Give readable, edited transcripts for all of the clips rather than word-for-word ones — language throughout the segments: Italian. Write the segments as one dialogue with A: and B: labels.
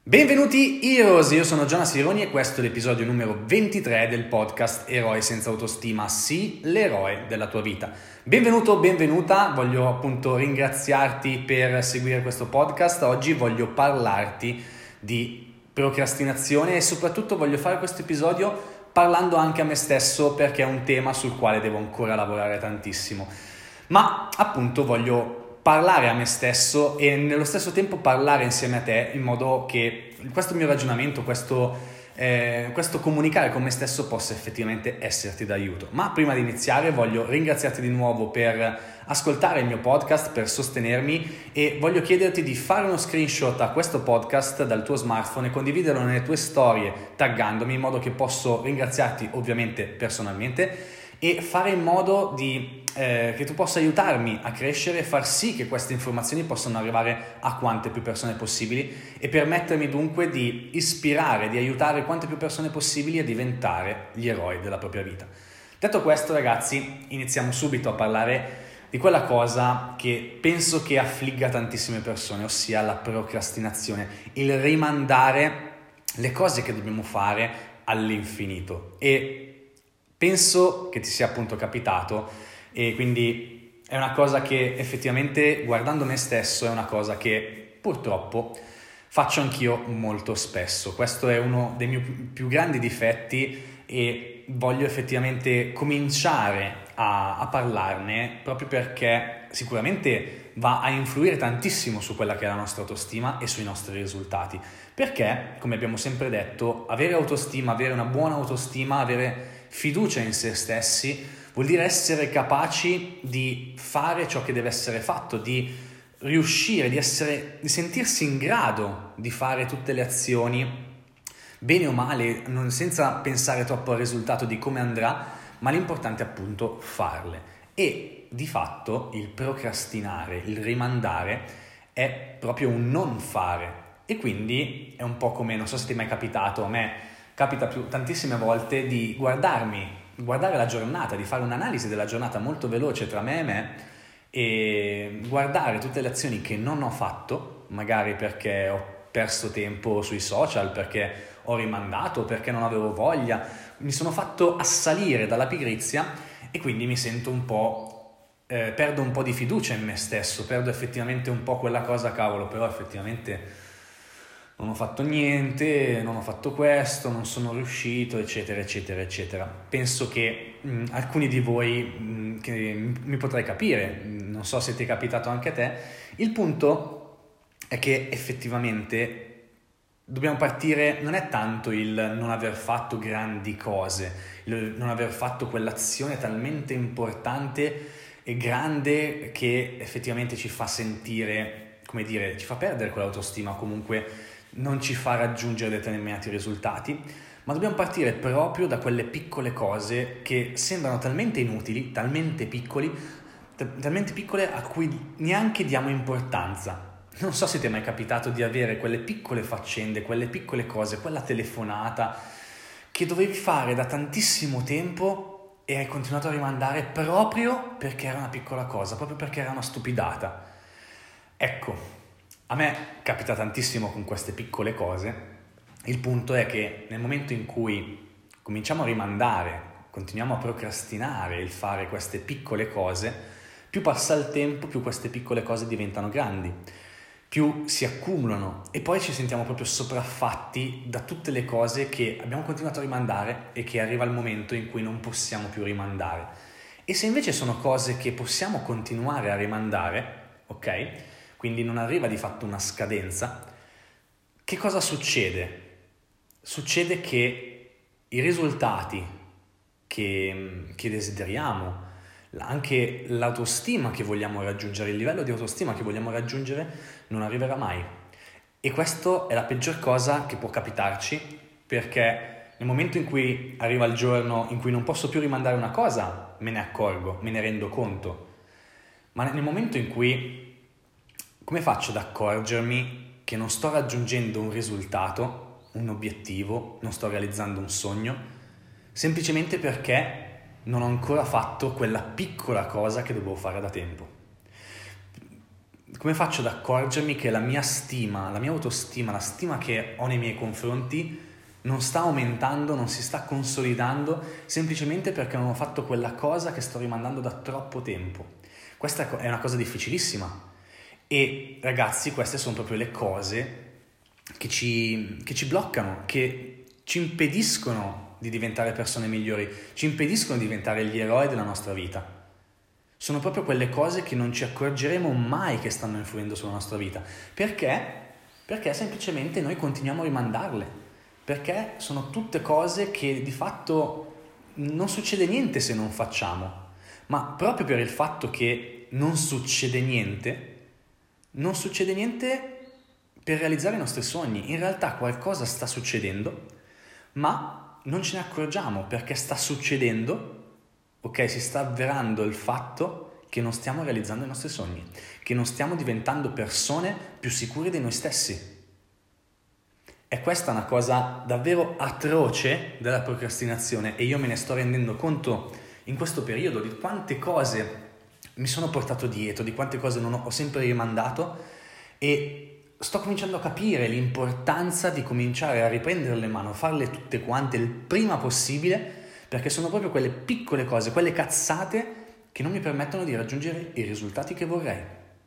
A: Benvenuti Heroes, io sono Giona Ironi e questo è l'episodio numero 23 del podcast Eroi senza autostima, sì, l'eroe della tua vita. Benvenuto, benvenuta, voglio appunto ringraziarti per seguire questo podcast. Oggi voglio parlarti di procrastinazione e soprattutto voglio fare questo episodio parlando anche a me stesso perché è un tema sul quale devo ancora lavorare tantissimo. Ma appunto voglio parlare a me stesso e nello stesso tempo parlare insieme a te in modo che questo mio ragionamento, questo comunicare con me stesso possa effettivamente esserti d'aiuto. Ma prima di iniziare voglio ringraziarti di nuovo per ascoltare il mio podcast, per sostenermi e voglio chiederti di fare uno screenshot a questo podcast dal tuo smartphone e condividerlo nelle tue storie taggandomi in modo che posso ringraziarti ovviamente personalmente e fare in modo che tu possa aiutarmi a crescere e far sì che queste informazioni possano arrivare a quante più persone possibili e permettermi dunque di ispirare, di aiutare quante più persone possibili a diventare gli eroi della propria vita. Detto questo, ragazzi, iniziamo subito a parlare di quella cosa che penso che affligga tantissime persone, ossia la procrastinazione, il rimandare le cose che dobbiamo fare all'infinito. E penso che ti sia appunto capitato e quindi è una cosa che effettivamente, guardando me stesso, è una cosa che purtroppo faccio anch'io molto spesso. Questo è uno dei miei più grandi difetti e voglio effettivamente cominciare a parlarne proprio perché sicuramente va a influire tantissimo su quella che è la nostra autostima e sui nostri risultati. Perché, come abbiamo sempre detto, avere autostima, avere una buona autostima, avere fiducia in se stessi vuol dire essere capaci di fare ciò che deve essere fatto, di riuscire, di sentirsi in grado di fare tutte le azioni bene o male, senza pensare troppo al risultato di come andrà, ma l'importante è appunto farle. E di fatto il procrastinare, il rimandare è proprio un non fare e quindi è un po' come, non so se ti è mai capitato, a me capita tantissime volte di guardare la giornata, di fare un'analisi della giornata molto veloce tra me e me e guardare tutte le azioni che non ho fatto, magari perché ho perso tempo sui social, perché ho rimandato, perché non avevo voglia, mi sono fatto assalire dalla pigrizia e quindi mi sento un po', perdo un po' di fiducia in me stesso, perdo effettivamente un po' quella cosa, cavolo, però effettivamente non ho fatto niente, non ho fatto questo, non sono riuscito, eccetera, eccetera, eccetera. Penso che alcuni di voi che mi potrai capire, non so se ti è capitato anche a te, il punto è che effettivamente dobbiamo partire, non è tanto il non aver fatto grandi cose, il non aver fatto quell'azione talmente importante e grande che effettivamente ci fa sentire, come dire, ci fa perdere quell'autostima, comunque non ci fa raggiungere determinati risultati, ma dobbiamo partire proprio da quelle piccole cose che sembrano talmente inutili, talmente piccole a cui neanche diamo importanza. Non so se ti è mai capitato di avere quelle piccole faccende, quelle piccole cose, quella telefonata che dovevi fare da tantissimo tempo e hai continuato a rimandare proprio perché era una piccola cosa, proprio perché era una stupidata. Ecco, a me capita tantissimo con queste piccole cose. Il punto è che nel momento in cui cominciamo a rimandare, continuiamo a procrastinare il fare queste piccole cose, più passa il tempo, più queste piccole cose diventano grandi, più si accumulano e poi ci sentiamo proprio sopraffatti da tutte le cose che abbiamo continuato a rimandare e che arriva il momento in cui non possiamo più rimandare. E se invece sono cose che possiamo continuare a rimandare, ok? Quindi non arriva di fatto una scadenza, che cosa succede? Succede che i risultati che desideriamo, anche l'autostima che vogliamo raggiungere, il livello di autostima che vogliamo raggiungere non arriverà mai. E questo è la peggior cosa che può capitarci, perché nel momento in cui arriva il giorno in cui non posso più rimandare una cosa, me ne accorgo, me ne rendo conto. Ma nel momento in cui come faccio ad accorgermi che non sto raggiungendo un risultato, un obiettivo, non sto realizzando un sogno, semplicemente perché non ho ancora fatto quella piccola cosa che dovevo fare da tempo. come faccio ad accorgermi che la mia stima, la mia autostima, la stima che ho nei miei confronti non sta aumentando, non si sta consolidando semplicemente perché non ho fatto quella cosa che sto rimandando da troppo tempo. Questa è una cosa difficilissima e ragazzi, queste sono proprio le cose che ci bloccano, che ci impediscono di diventare persone migliori, ci impediscono di diventare gli eroi della nostra vita. Sono proprio quelle cose che non ci accorgeremo mai che stanno influendo sulla nostra vita. Perché? Perché semplicemente noi continuiamo a rimandarle. Perché sono tutte cose che di fatto non succede niente se non facciamo. Ma proprio per il fatto che non succede niente per realizzare i nostri sogni. In realtà qualcosa sta succedendo, ma non ce ne accorgiamo perché sta succedendo. Ok, si sta avverando il fatto che non stiamo realizzando i nostri sogni, che non stiamo diventando persone più sicure di noi stessi. E questa è una cosa davvero atroce della procrastinazione e io me ne sto rendendo conto in questo periodo di quante cose mi sono portato dietro, di quante cose ho sempre rimandato e sto cominciando a capire l'importanza di cominciare a riprendere le mani, farle tutte quante il prima possibile, perché sono proprio quelle piccole cose, quelle cazzate che non mi permettono di raggiungere i risultati che vorrei.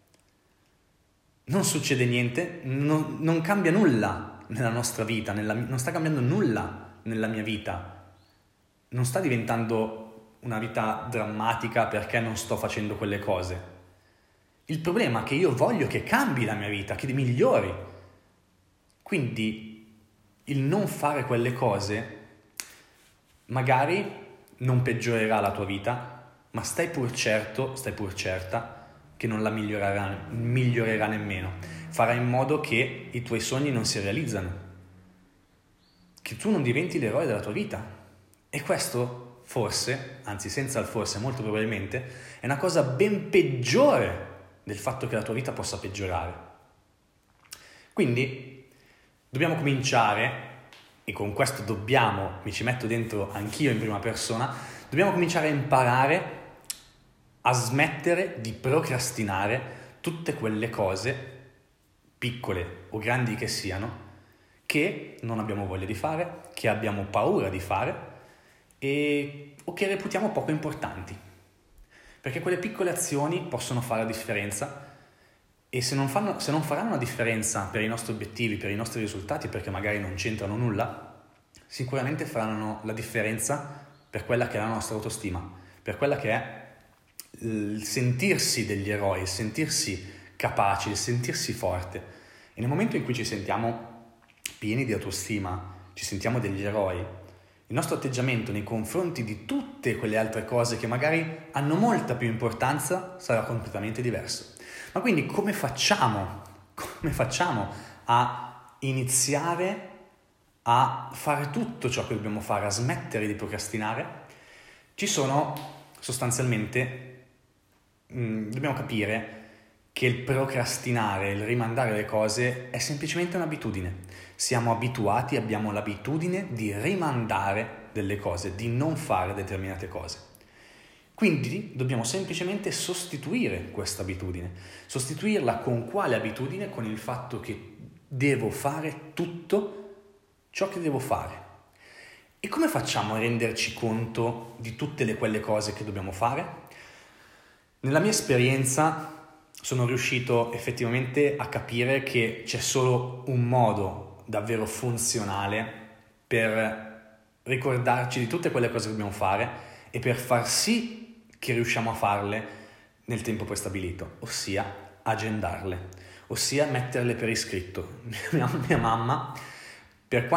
A: Non succede niente, non cambia nulla nella nostra vita, non sta cambiando nulla nella mia vita. Non sta diventando una vita drammatica perché non sto facendo quelle cose. Il problema è che io voglio che cambi la mia vita, che migliori. Quindi il non fare quelle cose magari non peggiorerà la tua vita, ma stai pur certa che non la migliorerà nemmeno. Farà in modo che i tuoi sogni non si realizzano, che tu non diventi l'eroe della tua vita. E questo forse, anzi senza il forse, molto probabilmente, è una cosa ben peggiore del fatto che la tua vita possa peggiorare. Quindi dobbiamo cominciare, e con questo mi ci metto dentro anch'io in prima persona, dobbiamo cominciare a imparare a smettere di procrastinare tutte quelle cose, piccole o grandi che siano, che non abbiamo voglia di fare, che abbiamo paura di fare o che reputiamo poco importanti. Perché quelle piccole azioni possono fare la differenza e se non faranno una differenza per i nostri obiettivi, per i nostri risultati, perché magari non c'entrano nulla, sicuramente faranno la differenza per quella che è la nostra autostima, per quella che è il sentirsi degli eroi, il sentirsi capaci, il sentirsi forte. E nel momento in cui ci sentiamo pieni di autostima, ci sentiamo degli eroi, il nostro atteggiamento nei confronti di tutte quelle altre cose che magari hanno molta più importanza sarà completamente diverso. Ma quindi come facciamo a iniziare a fare tutto ciò che dobbiamo fare, a smettere di procrastinare? Ci sono sostanzialmente, dobbiamo capire che il procrastinare, il rimandare le cose è semplicemente un'abitudine. Siamo abituati, abbiamo l'abitudine di rimandare delle cose, di non fare determinate cose. Quindi dobbiamo semplicemente sostituire questa abitudine. Sostituirla con quale abitudine? Con il fatto che devo fare tutto ciò che devo fare. E come facciamo a renderci conto di tutte quelle cose che dobbiamo fare? Nella mia esperienza sono riuscito effettivamente a capire che c'è solo un modo davvero funzionale per ricordarci di tutte quelle cose che dobbiamo fare e per far sì che riusciamo a farle nel tempo prestabilito, ossia agendarle, ossia metterle per iscritto. Mia mamma, per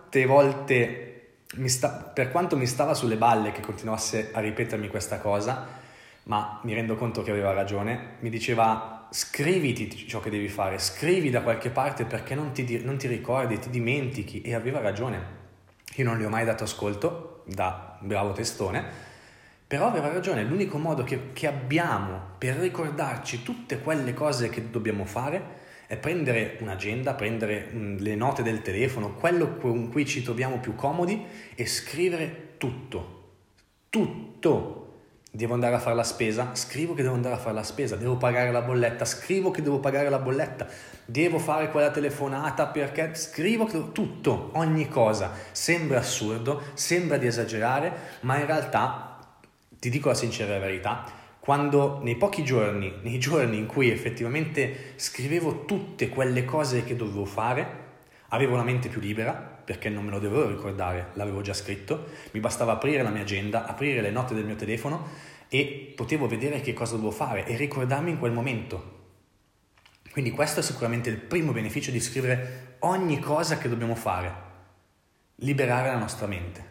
A: quanto mi stava sulle balle che continuasse a ripetermi questa cosa, ma mi rendo conto che aveva ragione, mi diceva: scriviti ciò che devi fare, scrivi da qualche parte perché non ti ricordi, ti dimentichi, e aveva ragione. Io non le ho mai dato ascolto, da bravo testone, però aveva ragione. L'unico modo che abbiamo per ricordarci tutte quelle cose che dobbiamo fare è prendere un'agenda, prendere le note del telefono, quello con cui ci troviamo più comodi, e scrivere tutto. Devo andare a fare la spesa? Scrivo che devo andare a fare la spesa. Devo pagare la bolletta? Scrivo che devo pagare la bolletta. Devo fare quella telefonata perché scrivo che tutto, ogni cosa. Sembra assurdo, sembra di esagerare, ma in realtà, ti dico la sincera verità, quando nei giorni in cui effettivamente scrivevo tutte quelle cose che dovevo fare, avevo la mente più libera, perché non me lo dovevo ricordare, l'avevo già scritto, mi bastava aprire la mia agenda, aprire le note del mio telefono e potevo vedere che cosa dovevo fare e ricordarmi in quel momento. Quindi questo è sicuramente il primo beneficio di scrivere ogni cosa che dobbiamo fare, liberare la nostra mente.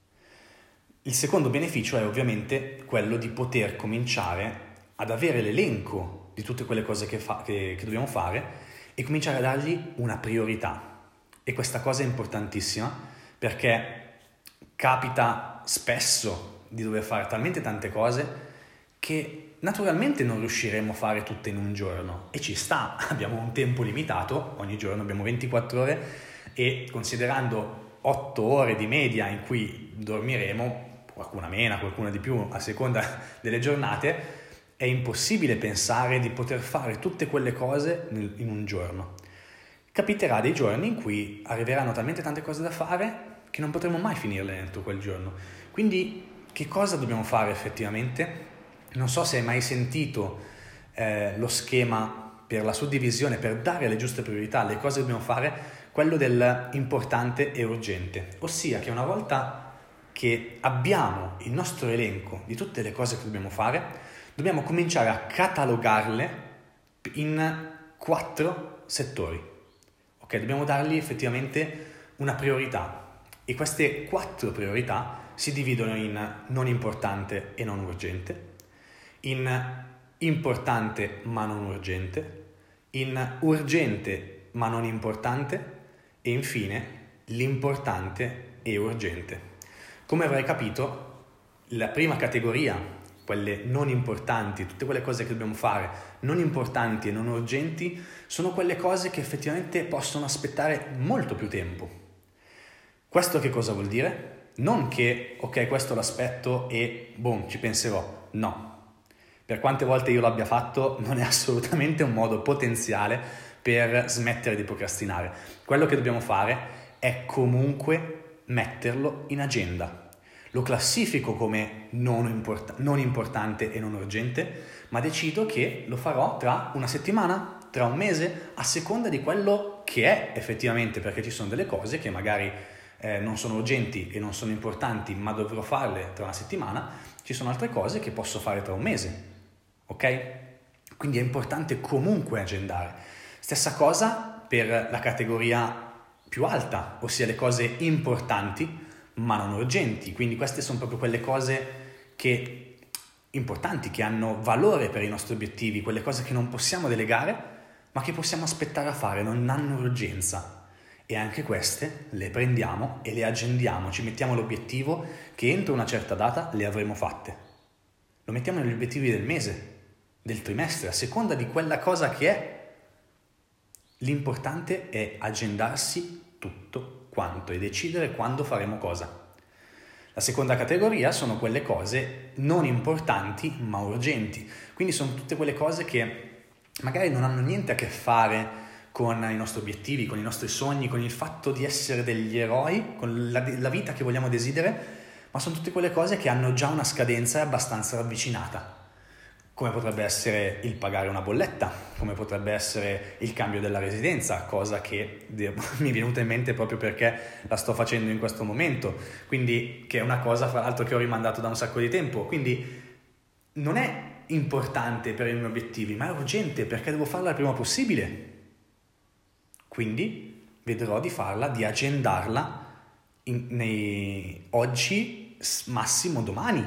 A: Il secondo beneficio è ovviamente quello di poter cominciare ad avere l'elenco di tutte quelle cose che dobbiamo fare e cominciare a dargli una priorità. E questa cosa è importantissima perché capita spesso di dover fare talmente tante cose che naturalmente non riusciremo a fare tutte in un giorno e ci sta, abbiamo un tempo limitato, ogni giorno abbiamo 24 ore e considerando 8 ore di media in cui dormiremo, qualcuna meno, qualcuna di più a seconda delle giornate, è impossibile pensare di poter fare tutte quelle cose in un giorno. Capiterà dei giorni in cui arriveranno talmente tante cose da fare che non potremo mai finirle dentro quel giorno. Quindi che cosa dobbiamo fare effettivamente? Non so se hai mai sentito lo schema per la suddivisione, per dare le giuste priorità alle cose che dobbiamo fare, quello del importante e urgente. Ossia che una volta che abbiamo il nostro elenco di tutte le cose che dobbiamo fare, dobbiamo cominciare a catalogarle in 4 settori. Ok, dobbiamo dargli effettivamente una priorità e queste 4 priorità si dividono in non importante e non urgente, in importante ma non urgente, in urgente ma non importante e infine l'importante e urgente. Come avrai capito, la prima categoria, quelle non importanti, tutte quelle cose che dobbiamo fare, non importanti e non urgenti, sono quelle cose che effettivamente possono aspettare molto più tempo. Questo che cosa vuol dire? Non che, ok, questo l'aspetto e boom, ci penserò. No. Per quante volte io l'abbia fatto, non è assolutamente un modo potenziale per smettere di procrastinare. Quello che dobbiamo fare è comunque metterlo in agenda. Lo classifico come non importante e non urgente, ma decido che lo farò tra una settimana, tra un mese, a seconda di quello che è effettivamente, perché ci sono delle cose che magari non sono urgenti e non sono importanti, ma dovrò farle tra una settimana, ci sono altre cose che posso fare tra un mese, ok? Quindi è importante comunque agendare. Stessa cosa per la categoria più alta, ossia le cose importanti, ma non urgenti. Quindi queste sono proprio quelle cose importanti, che hanno valore per i nostri obiettivi, quelle cose che non possiamo delegare, ma che possiamo aspettare a fare, non hanno urgenza. E anche queste le prendiamo e le agendiamo, ci mettiamo l'obiettivo che entro una certa data le avremo fatte. Lo mettiamo negli obiettivi del mese, del trimestre, a seconda di quella cosa che è. L'importante è agendarsi tutto quanto e decidere quando faremo cosa. La seconda categoria sono quelle cose non importanti ma urgenti, quindi sono tutte quelle cose che magari non hanno niente a che fare con i nostri obiettivi, con i nostri sogni, con il fatto di essere degli eroi, con la vita che vogliamo desidere, ma sono tutte quelle cose che hanno già una scadenza abbastanza ravvicinata, come potrebbe essere il pagare una bolletta, come potrebbe essere il cambio della residenza, cosa che mi è venuta in mente proprio perché la sto facendo in questo momento, quindi che è una cosa fra l'altro che ho rimandato da un sacco di tempo, quindi non è importante per i miei obiettivi, ma è urgente perché devo farla il prima possibile. Quindi vedrò di farla, di agendarla oggi, massimo domani.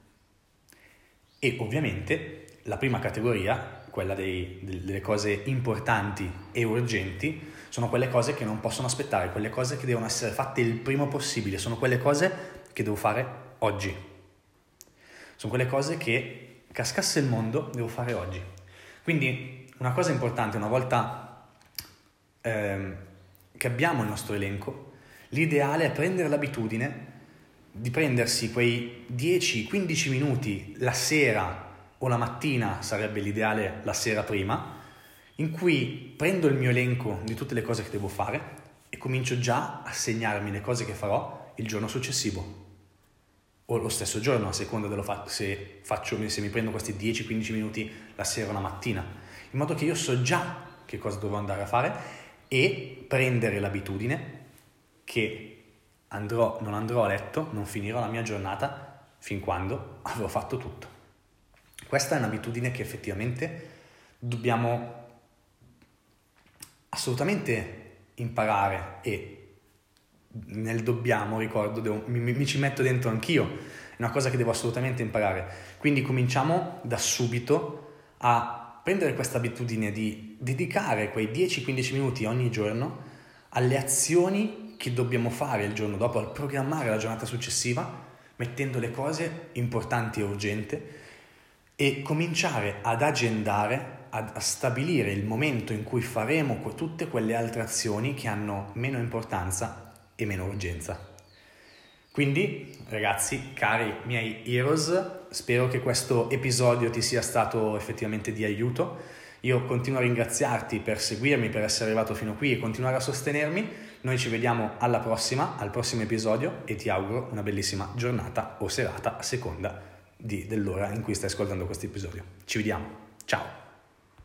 A: E ovviamente la prima categoria, quella delle cose importanti e urgenti, sono quelle cose che non possono aspettare, quelle cose che devono essere fatte il prima possibile, sono quelle cose che devo fare oggi. Sono quelle cose che, cascasse il mondo, devo fare oggi. Quindi una cosa importante, una volta che abbiamo il nostro elenco, l'ideale è prendere l'abitudine di prendersi quei 10-15 minuti la sera o la mattina, sarebbe l'ideale la sera prima, in cui prendo il mio elenco di tutte le cose che devo fare e comincio già a segnarmi le cose che farò il giorno successivo o lo stesso giorno, a seconda se mi prendo questi 10-15 minuti la sera o la mattina, in modo che io so già che cosa dovrò andare a fare e prendere l'abitudine che non andrò a letto, non finirò la mia giornata fin quando avrò fatto tutto. Questa è un'abitudine che effettivamente dobbiamo assolutamente imparare e nel dobbiamo, ricordo, mi ci metto dentro anch'io, è una cosa che devo assolutamente imparare. Quindi cominciamo da subito a prendere questa abitudine di dedicare quei 10-15 minuti ogni giorno alle azioni che dobbiamo fare il giorno dopo, al programmare la giornata successiva, mettendo le cose importanti e urgenti e cominciare ad agendare, a stabilire il momento in cui faremo tutte quelle altre azioni che hanno meno importanza e meno urgenza. Quindi, ragazzi, cari miei heroes, spero che questo episodio ti sia stato effettivamente di aiuto. Io continuo a ringraziarti per seguirmi, per essere arrivato fino qui e continuare a sostenermi. Noi ci vediamo al prossimo episodio e ti auguro una bellissima giornata o serata a seconda dell'ora in cui stai ascoltando questo episodio. Ci vediamo, ciao!